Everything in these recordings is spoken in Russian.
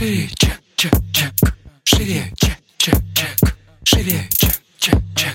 Шире, чек, чек, чек. Шире, чек, чек, чек. Шире, чек, чек, чек.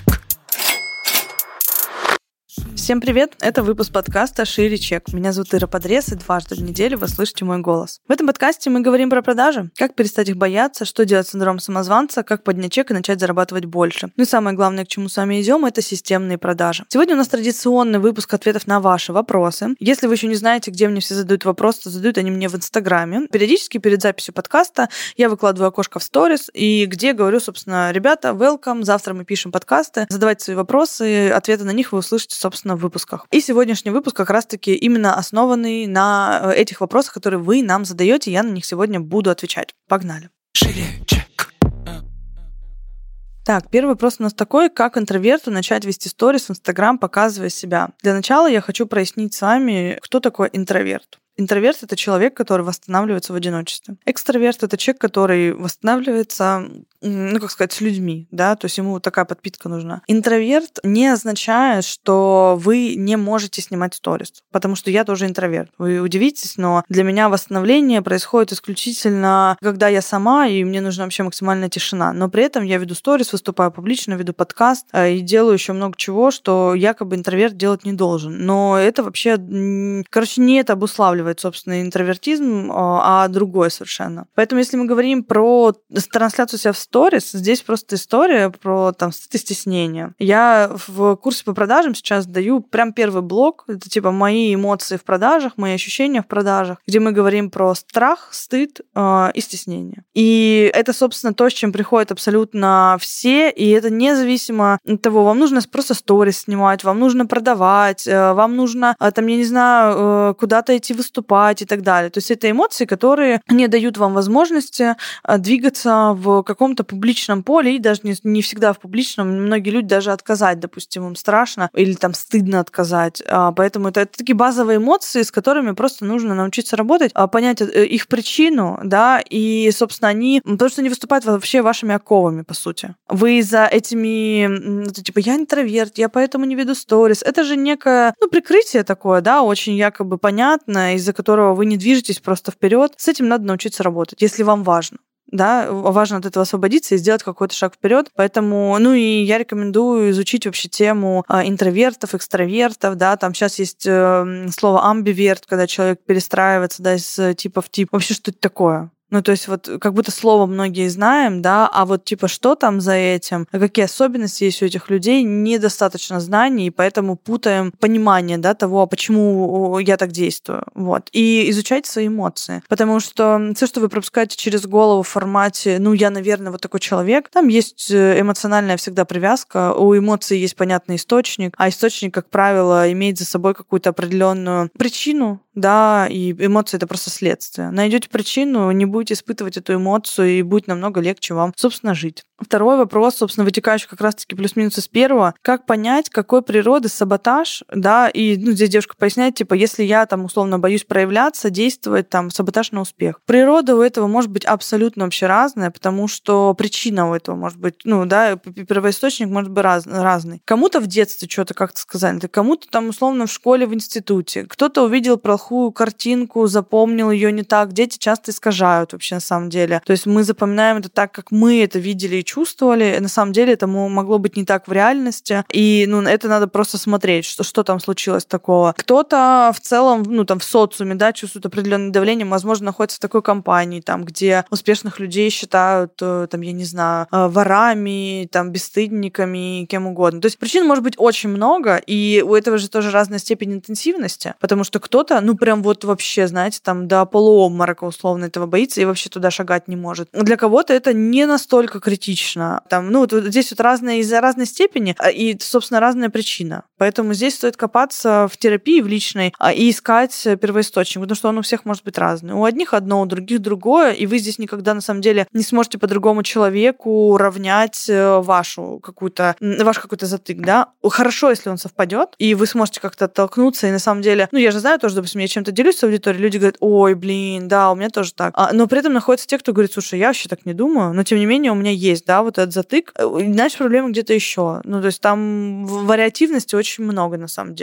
Всем привет! Это выпуск подкаста «Шире чек». Меня зовут Ира Подрез, и дважды в неделю вы слышите мой голос. В этом подкасте мы говорим про продажи, как перестать их бояться, что делать с синдромом самозванца, как поднять чек и начать зарабатывать больше. Ну и самое главное, к чему с вами идем, это системные продажи. Сегодня у нас традиционный выпуск ответов на ваши вопросы. Если вы еще не знаете, где мне все задают вопросы, то задают они мне в Инстаграме. Периодически перед записью подкаста я выкладываю окошко в сторис, и где говорю, собственно, ребята, welcome, завтра мы пишем подкасты, задавайте свои вопросы, ответы на них вы услышите, собственно, в выпусках. И сегодняшний выпуск как раз-таки именно основанный на этих вопросах, которые вы нам задаете, я на них сегодня буду отвечать. Погнали. Так, первый вопрос у нас такой: как интроверту начать вести сторис в Инстаграм, показывая себя? Для начала я хочу прояснить с вами, кто такой интроверт. Интроверт — это человек, который восстанавливается в одиночестве. Экстраверт — это человек, который восстанавливается, с людьми, да, то есть ему вот такая подпитка нужна. Интроверт не означает, что вы не можете снимать сторис, потому что я тоже интроверт. Вы удивитесь, но для меня восстановление происходит исключительно, когда я сама, и мне нужна вообще максимальная тишина. Но при этом я веду сторис, выступаю публично, веду подкаст и делаю еще много чего, что якобы интроверт делать не должен. Но это вообще, не это обуславливает, собственно, интровертизм, а другое совершенно. Поэтому, если мы говорим про трансляцию себя в сторис, здесь просто история про стыд и стеснение. Я в курсе по продажам сейчас даю прям первый блок, это типа мои эмоции в продажах, мои ощущения в продажах, где мы говорим про страх, стыд и стеснение. И это, собственно, то, с чем приходят абсолютно все, и это независимо от того, вам нужно просто сторис снимать, вам нужно продавать, вам нужно, куда-то идти выступать и так далее. То есть это эмоции, которые не дают вам возможности двигаться в каком-то публичном поле, и даже не всегда в публичном. Многие люди даже отказать, допустим, им страшно или стыдно отказать. Поэтому это такие базовые эмоции, с которыми просто нужно научиться работать, понять их причину, да, и, собственно, потому что они выступают вообще вашими оковами, по сути. Вы за этими, я интроверт, я поэтому не веду сторис. Это же некое, прикрытие такое, да, очень якобы понятное, из-за которого вы не движетесь просто вперед. С этим надо научиться работать, если вам важно. Да, важно от этого освободиться и сделать какой-то шаг вперед. Поэтому, и я рекомендую изучить вообще тему интровертов, экстравертов, да, там сейчас есть слово амбиверт, когда человек перестраивается, да, из типа в тип. Вообще, что это такое? То есть вот как будто слово многие знаем, да, а вот что там за этим, какие особенности есть у этих людей, недостаточно знаний, и поэтому путаем понимание, да, того, почему я так действую. Вот. И изучайте свои эмоции. Потому что все, что вы пропускаете через голову в формате, я, наверное, вот такой человек, там есть эмоциональная всегда привязка, у эмоций есть понятный источник, а источник, как правило, имеет за собой какую-то определенную причину, да, и эмоции — это просто следствие. Найдете причину, не будете испытывать эту эмоцию, и будет намного легче вам, собственно, жить. Второй вопрос, собственно, вытекающий как раз-таки плюс-минус из первого. Как понять, какой природы саботаж, да, и здесь девушка поясняет, если я условно боюсь проявляться, действовать, саботаж на успех. Природа у этого может быть абсолютно вообще разная, потому что причина у этого может быть, первоисточник может быть разный. Кому-то в детстве что-то как-то сказали, кому-то условно в школе, в институте. Кто-то увидел плохую картинку, запомнил ее не так. Дети часто искажают вообще на самом деле. То есть мы запоминаем это так, как мы это видели и чувствовали. На самом деле это могло быть не так в реальности. И это надо просто смотреть, что там случилось такого. Кто-то в целом, в социуме, да, чувствует определенное давление, возможно, находится в такой компании, где успешных людей считают, ворами, бесстыдниками, кем угодно. То есть причин может быть очень много, и у этого же тоже разная степень интенсивности, потому что кто-то, прям вот вообще, знаете, до полуобморока условно этого боится и вообще туда шагать не может. Для кого-то это не настолько критично. Здесь из-за разной степени и, собственно, разная причина. Поэтому здесь стоит копаться в терапии, в личной, и искать первоисточник, потому что он у всех может быть разный. У одних одно, у других другое, и вы здесь никогда, на самом деле, не сможете по другому человеку равнять ваш какой-то затык, да. Хорошо, если он совпадет, и вы сможете как-то оттолкнуться, и на самом деле, я же знаю тоже, допустим, я чем-то делюсь с аудиторией, люди говорят: ой, блин, да, у меня тоже так. Но при этом находятся те, кто говорит: слушай, я вообще так не думаю, но тем не менее у меня есть, да, вот этот затык, иначе проблема где-то еще. То есть там вариативности очень много на самом деле.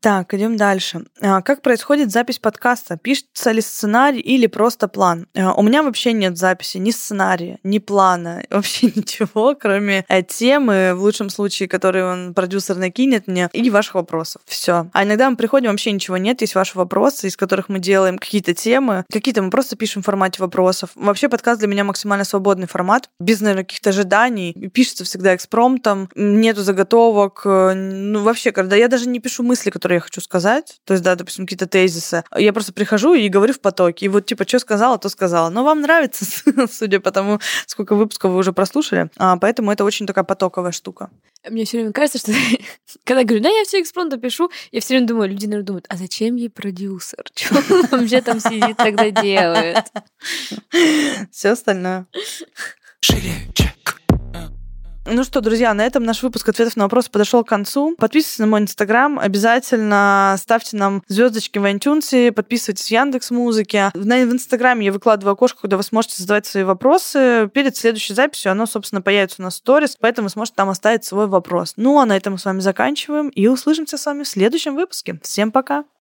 Так, идем дальше. Как происходит запись подкаста? Пишется ли сценарий или просто план? У меня вообще нет записи ни сценария, ни плана, вообще ничего, кроме темы, в лучшем случае, которую продюсер накинет мне, и ваших вопросов. Все. А иногда мы приходим, вообще ничего нет, есть ваши вопросы, из которых мы делаем какие-то темы, какие-то мы просто пишем в формате вопросов. Вообще подкаст для меня максимально свободный формат, без, наверное, каких-то ожиданий. Пишется всегда экспромтом, нету заготовок. Ну, вообще, когда я даже не пишу мысли, которые я хочу сказать, то есть, да, допустим, какие-то тезисы, я просто прихожу и говорю в потоке, и вот, типа, что сказала, то сказала. Но вам нравится, судя по тому, сколько выпусков вы уже прослушали, поэтому это очень такая потоковая штука. Мне все время кажется, что когда я говорю, да, я все экспромтом пишу, я все время думаю, люди, наверное, думают, а зачем ей продюсер? Что он вообще там сидит тогда делает? Все остальное. Шире, чек. Ну что, друзья, на этом наш выпуск ответов на вопросы подошел к концу. Подписывайтесь на мой инстаграм, обязательно ставьте нам звездочки в iTunes, подписывайтесь в Яндекс.Музыке. В инстаграме я выкладываю окошко, куда вы сможете задавать свои вопросы. Перед следующей записью оно, собственно, появится у нас в сторис, поэтому вы сможете там оставить свой вопрос. Ну, а на этом мы с вами заканчиваем и услышимся с вами в следующем выпуске. Всем пока!